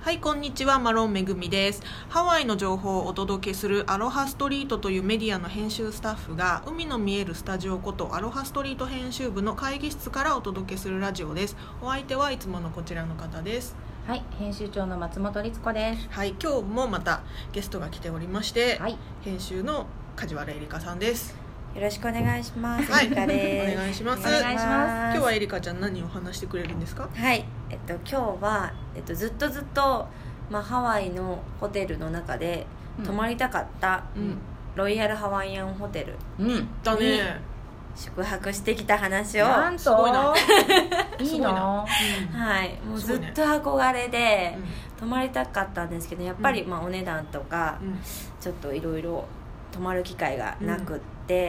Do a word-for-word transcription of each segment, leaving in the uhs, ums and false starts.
はい、こんにちは。マロンめぐみです。ハワイの情報をお届けするアロハストリートというメディアの編集スタッフが、海の見えるスタジオことアロハストリート編集部の会議室からお届けするラジオです。お相手はいつものこちらの方です。 はい、編集長の松本律子です。 はい、今日もまたゲストが来ておりまして、 はい、 編集の梶原えりかさんです。 よろしくお願いします。 はい、 エリカです。 お願いします。 お願いします。 今日はえりかちゃん何を話してくれるんですか？ はい、えっと今日はえっとずっとずっとまあハワイのホテルの中で泊まりたかった、 うん、 ロイヤルハワイアンホテルに行ったね。 宿泊してきた話を。 なんとすごいな。 いいの？ はい、もうずっと憧れで、 うん、 泊まりたかったんですけど、やっぱりまあお値段とか、 うん、 ちょっといろいろ泊まる機会がなくって、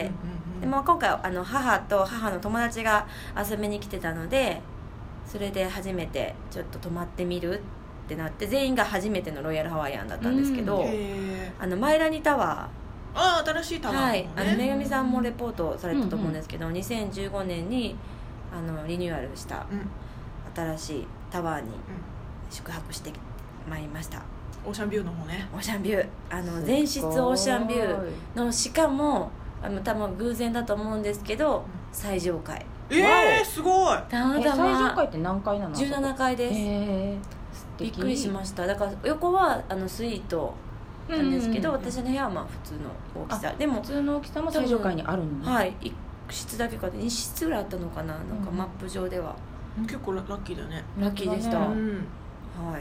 うんうんうん、 でも今回あの母と母の友達が遊びに来てたので、それで初めてちょっと泊まってみるってなって、全員が初めてのロイヤルハワイアンだったんですけど、 うん、へあのマイラニタワー、あ新しいタワー、ね、 はい、あのめぐみさんもレポートされたと思うんですけど、うんうん、にせんじゅうごねんにあのリニューアルした新しいタワーに宿泊してまいりました。 オーシャンビューの方ね。 オーシャンビュー、あの全室オーシャンビューの、しかもあの多分偶然だと思うんですけど、最上階。 えー、すごい。 たまたま最上階って何階なの？ じゅうななかいです。 へー、 びっくりしました。だから横はあのスイートなんですけど、うんうんうん、私の部屋はまあ普通の大きさでも、 普通の大きさも最上階にあるの、ね、 はい、いち室だけかに室ぐらいあったのかな、なんかマップ上では、 うん、結構ラッキーだね。 ラッキーでした、 うん、 はい。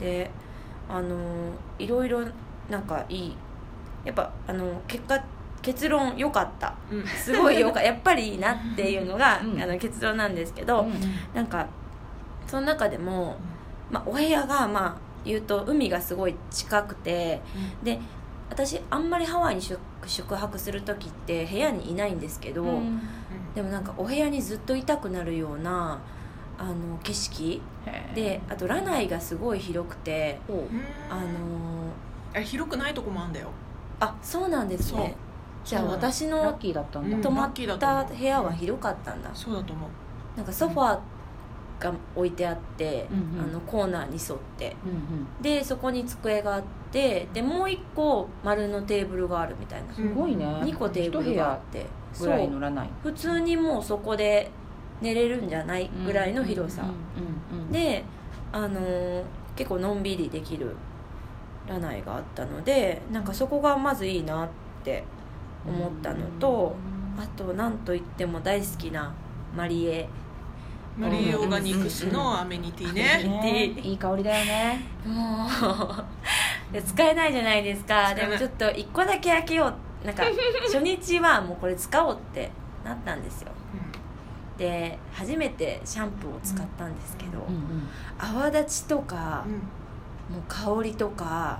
であのいろいろなんかいい、やっぱあの結果結論良かった、うん、すごい良かったやっぱりいいなっていうのが、うん、あの結論なんですけど、うん、なんかその中でも、まあ、お部屋がまあ言うと海がすごい近くて、うん、で私あんまりハワイに宿泊する時って部屋にいないんですけど、うん、でもなんかお部屋にずっといたくなるようなあの景色で、あとラナイがすごい広くて、あのえ広くないとこもあんだよ。 あ、そうなんですね。じゃあ私のラッキーだったんだ。 泊まった部屋は広かったんだ。 そうだと思う。 なんかソファーが置いてあって、うんうん、あのコーナーに沿って、うんうん、でそこに机があって、でもう一個丸のテーブルがあるみたいな。 すごいね。 にこテーブルがあって、 ぐらいのらない。 普通にもうそこで寝れるんじゃないぐらいの広さで、あのー、結構のんびりできるラナイがあったので、なんかそこがまずいいなって思ったのと、あとなんといっても大好きなマリエマリエオーガニクスのアメニティね、 うんうん、いい香りだよね。 もう使えないじゃないですか。でもちょっといっこだけ開けよう、なんか初日はもうこれ使おうってなったんですよ。で初めてシャンプーを使ったんですけど、うんうん、泡立ちとか、うん、もう香りとか、うん、あの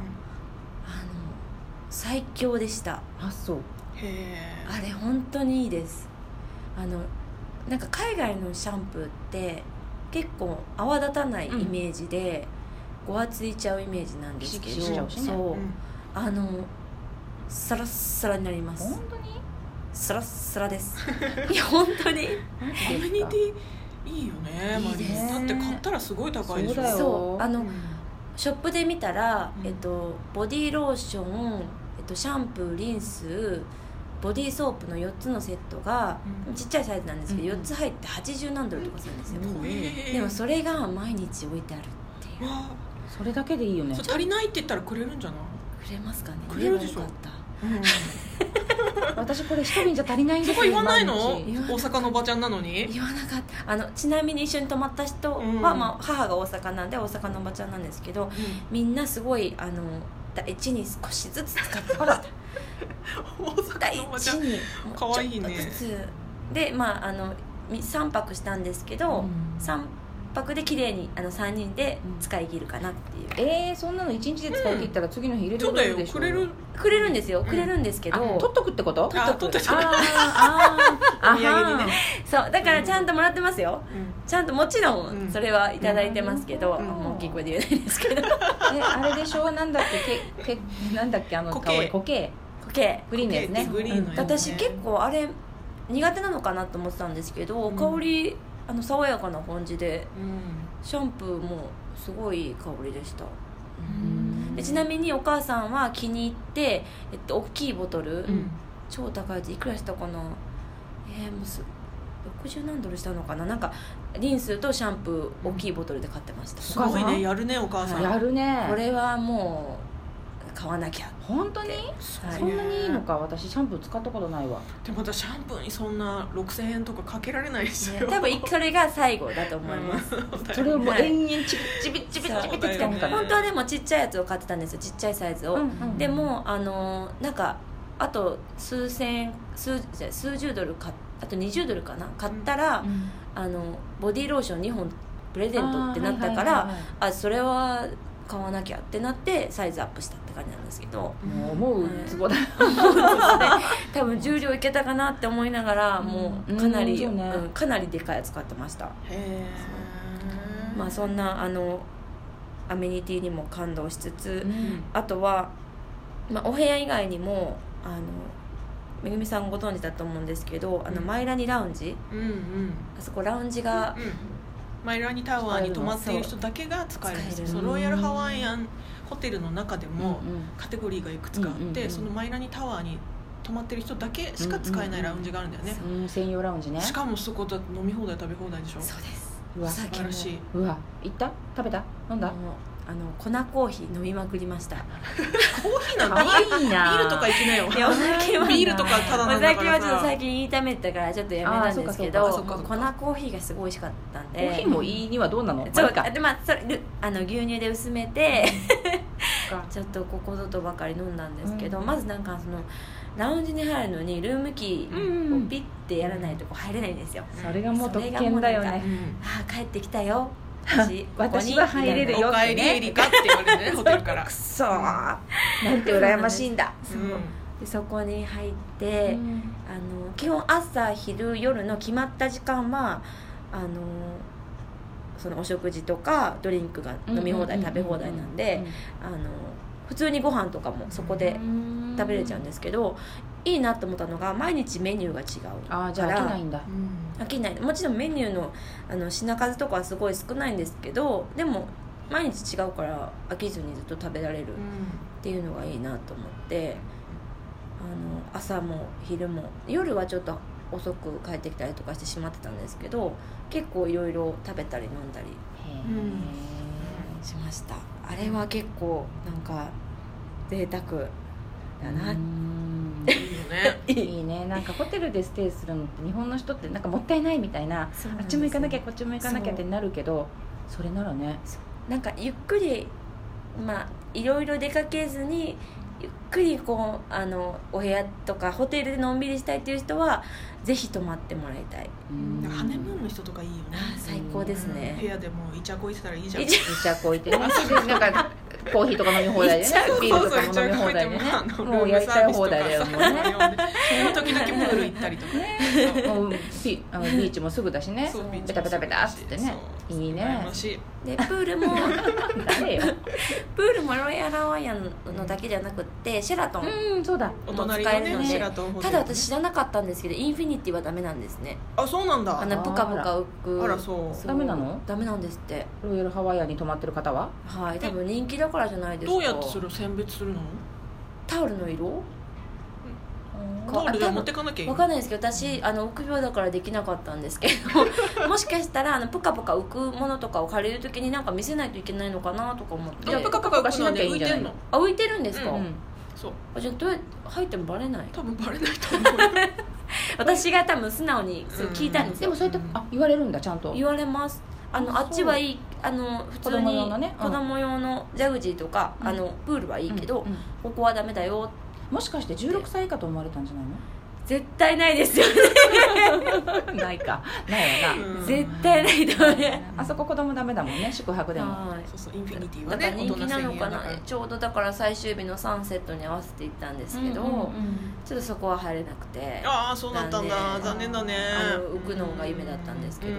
最強でした。 あ、そう。 へー、あれ本当にいいです。あのなんか海外のシャンプーって結構泡立たないイメージで、うん、ごわついちゃうイメージなんですけど、 ね、 そう、うん、あのサラッサラになります。 本当にサラッサラです。いや本当にアメニティいいよね。 いいです。 だって買ったらすごい高いでしょ。 そうだよ。 そうあの、うん、ショップで見たら、 うん、 えっと、ボディーローション、えっと、シャンプー、リンス、ボディーソープのよっつのセットが、うん、ちっちゃいサイズなんですけど、うん、よっつ入ってはちじゅうなんドルとかするんですよ、うん、でもそれが毎日置いてあるっていう。 それだけでいいよね。 足りないって言ったらくれるんじゃない？ くれますかね。 くれるでしょ。 うん、 私これ一瓶じゃ足りないんですよ。 そこ言わないの？大阪のおばちゃんなのに言わなかった。あのちなみに一緒に泊まった人は、うん、まあ、母が大阪なんで大阪のおばちゃんなんですけど、うん、みんなすごいあの大事に少しずつ使ってました大阪のおばちゃんかわいいね。 ちょっとずつで、まあ、あのさんぱくしたんですけど、うん、さんぱくで綺麗にあのさんにんで使い切るかなっていう、 うん、えー、そんなのいちにちで使い切ったら次の日入れてくれるでしょ。 そうだよ、くれるくれるんですよ、くれるんですけど、 取っとくってこと？ 取っとく。 あああお土産にね。 そうだからちゃんともらってますよ、うん、ちゃんともちろんそれはいただいてますけど、うん、もう大きい声で言えないですけどえあれでしょ、なんだっけ、けけなんだっけ、あの固形固形固形グリーンのやつね。 グリーンのやつね。 私結構あれ苦手なのかなと思ってたんですけど、うん、香りあの爽やかな感じで、うん、シャンプーもすごいいい香りでした。 うんでちなみにお母さんは気に入って、えっと、大きいボトル、 うん、 超高いやついくらしたかな、えー、もうすろくじゅうなんドルしたのかな、なんかリンスとシャンプー大きいボトルで買ってました、 すごいね、やるねお母さん、 やるね。 これはもう買わなきゃ。 本当に、 はい、 そんなにいいのか。私シャンプー使ったことないわ。 でも私シャンプーにそんなろくせんえんとかかけられないですよ、 ね、多分それが最後だと思います、 うん、 それをもう延々ちびちびちびちびって使うんかな。 本当はでもちっちゃいやつを買ってたんですよ、ちっちゃいサイズを、うんうん、でもあのなんかあと数千数数十ドル買あとにじゅうドルかな買ったら、うん、あのボディーローションにほんプレゼントってなったから、あ、はいはいはいはい、あそれは買わなきゃってなってサイズアップしたって感じなんですけど、 もう思うツボだ、 多分重量いけたかなって思いながら、もうかなり、うんねうん、かなりでかいやつ買ってました。へー、まあそんなあのアメニティにも感動しつつ、うん、あとは、まあ、お部屋以外にもあのめぐみさんご存知だと思うんですけど、あのマイラニラウンジ、うんうん、あそこラウンジが、うん、 マイラニタワーに泊まっている人だけが使えるんですよ。そのロイヤルハワイアンホテルの中でもカテゴリーがいくつかあって、うんうん、そのマイラニタワーに泊まってる人だけしか使えないラウンジがあるんだよね、 うんうんうん、専用ラウンジね。 しかもそこだ飲み放題食べ放題でしょ。 そうです。 うわ素晴らしい。 うわ行った食べた飲んだ、 あの粉コーヒー飲みまくりました。コーヒーなんだ。いいな。ビールとか行きなよ。いやお酒はビールとかただなんだからさ。お酒はちょっと最近言いためたからちょっとやめたんですけど、粉コーヒーがすごい美味しかったんで。 コーヒーもいいにはどうなの？ そうでまあそれあの牛乳で薄めてちょっとここぞとばかり飲んだんですけど、うん、まずなんかそのラウンジに入るのにルームキーをピッてやらないとこ入れないんですよ。 それがもう特権だよね。 ああ帰ってきたよ。 私, 私は入れるよってね。 おかえりエリカって言われてねホテルから。 くそーなんて羨ましいんだ。 そう、うん、でそこに入って、うん、あの基本朝昼夜の決まった時間はあのそのお食事とかドリンクが飲み放題食べ放題なんで、あの普通にご飯とかもそこで食べれちゃうんですけど、いいなと思ったのが毎日メニューが違う。 ああじゃあ飽きないんだ。 飽きない。もちろんメニュー の, あの品数とかはすごい少ないんですけど、でも毎日違うから飽きずにずっと食べられるっていうのがいいなと思って、あの朝も昼も夜はちょっと遅く帰ってきたりとかしてしまってたんですけど、結構いろいろ食べたり飲んだりしました。あれは結構なんか贅沢だな。 いいよね。 いいね。なんかホテルでステイするのって日本の人ってなんかもったいないみたいな、あっちも行かなきゃこっちも行かなきゃってなるけど、 そ, それならね、 なんかゆっくりまあいろいろ出かけずにゆっくりこうあのお部屋とかホテルでのんびりしたいっていう人はぜひ泊まってもらいたい。 うんハネムーンの人とかいいよね。 最高ですね。 部屋でもイチャコいてたらいいじゃん。 イチャコいてね。なんかコーヒーとか飲み放題でね、ビールとかも飲み放題でね、もうやりたい放題だよもうね。 時々プール行ったりとかね。 もうビあのビーチもすぐだしね。ベタベタベタっつってね。いいね。 でプールも誰よ。 プールもロイヤルハワイアンのだけじゃなくってシェラトンも使えるので、ただ私知らなかったんですけどインフィニティはダメなんですね。 あ、そうなんだ。 あのプカプカ浮く。 あらそう。 ダメなの？ ダメなんですって。 ロイヤルハワイアンに泊まってる方は？ はい、多分人気だからじゃないですか。 どうやってそれを選別するの？ タオルの色？ タオルで持ってかなきゃいい。 分かんないですけど、私あの臆病だからできなかったんですけどもしかしたらあのプカプカ浮くものとかを借りるときになんか見せないといけないのかなとか思って。 プカプカ浮くのはね浮いてんの。 あ、浮いてるんですか？ うん、そう。 あ、じゃあどうやって入ってもバレない？ 多分バレないと思う私が多分素直に聞いたんですよ。 でもそうやってあ言われるんだ、ちゃんと。 言われます。あのあっちはいい、あの普通に子供用のね、子供用のジャグジーとか、うん、あのプールはいいけど、うんうん、ここはダメだよ。 もしかしてじゅうろくさい以下と思われたんじゃないの？ 絶対ないですよねないか、ないよな、うん、絶対ないと思う。 あそこ子供ダメだもんね、宿泊でも。 そうそう、インフィニティはね、 だから人気なのかな。ちょうどだから最終日のサンセットに合わせて行ったんですけど、うんうんうん、ちょっとそこは入れなくて。 ああ、そうだったんだ。残念だね。 あの浮くのが夢だったんですけど、ま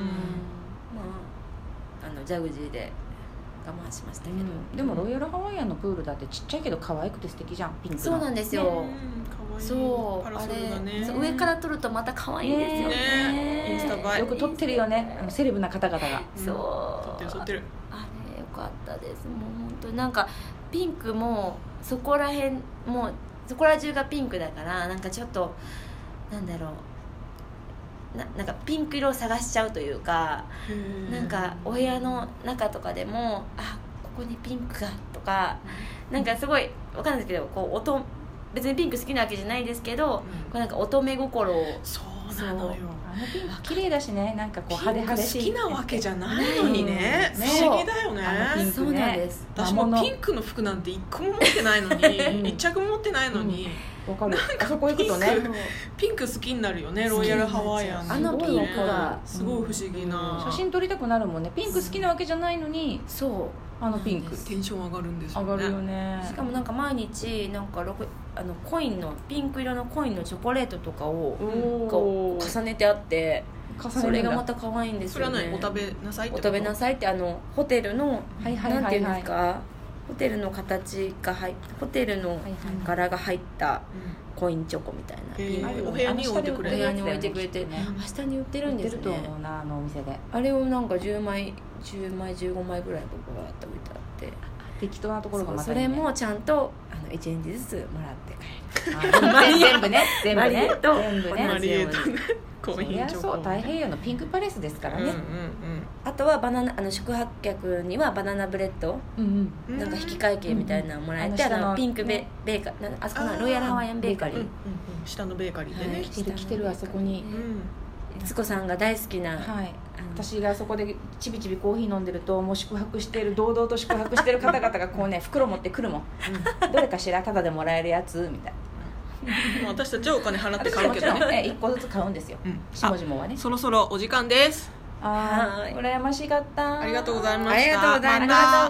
ああのジャグジーで我慢しましたけど、 うん、でもロイヤルハワイアンのプールだってちっちゃいけど可愛くて素敵じゃん。ピンクの。 そうなんですよ、ね、そう、 あれそう上から撮るとまた可愛いですよ ね, ねインスタ映えよく撮ってるよね、あのセレブな方々が。 そう撮ってる撮ってる。 あれよかったです。もう本当になんかピンクもそこら辺もうそこら中がピンクだから、なんかちょっとなんだろう な, なんかピンク色を探しちゃうというか、なんかお部屋の中とかでもあここにピンクがとか、なんかすごいわかんないですけど、こう音別にピンク好きなわけじゃないですけど、うん、こうなんか乙女心をそうなのよ。 あのピンク綺麗だしね、なんかこう派手派手しい好きなわけじゃないのにね、うん、不思議だよね。 あのピンクね、 そうなんです。 私もピンクの服なんて一個も持ってないのに一着も持ってないのに、 うん、分かる。あそこ行くとねピンク好きになるよね。ロイヤルハワイアンあのピンクがすごい不思議な、 うん、写真撮りたくなるもんね。ピンク好きなわけじゃないのに、 そうあのピンクテンション上がるんですよね。 上がるよね。 しかもなんか毎日なんかあのコインのピンク色のコインのチョコレートとかを重ねてあって、それがまた可愛いんですよね。 それは何、お食べなさいってこと？ お食べなさいってあのホテルの、 はいはいはいはい、 なんていうんですか、ホテルの形が入っホテルの柄が入ったコインチョコみたいな、 えー、お部屋に置いてくれる。 お部屋に置いてくれて、 ね、 明日に売ってるんですね。 売ってると思うな、あのお店で。 あれをなんかじゅうまいじゅうまいじゅうごまいぐらいのところがあって置いてあって、 適当なところがまた、ね、 それもちゃんとあのいちえんずつもらって帰る。 全部ね全部ね全部ねマリエとねコーヒーチョコ。 そう太平洋のピンクパレスですからね、 うんうんうん、 あとはバナナあの宿泊客にはバナナブレッド、 うんうん、なんか引換券みたいなのもらえて、うんうん、あのピンクベ、ね、ベーカリーあそこのロイヤルハワイアンベーカリー、うんうんうん、 下のベーカリーでね、はい、 来てる来てるあそこに、 うん、つこさんが大好きな、 はい、私がそこでちびちびコーヒー飲んでると、もう宿泊している堂々と宿泊している方々がこうね袋持ってくるもん、うん、どれかしらタダでもらえるやつみたいな。 私たちはお金払って買うけどね、いっこずつ買うんですよ、うん、下々はね。 そろそろお時間です。 あー、羨ましかった。 ありがとうございました。 ありがとうございました。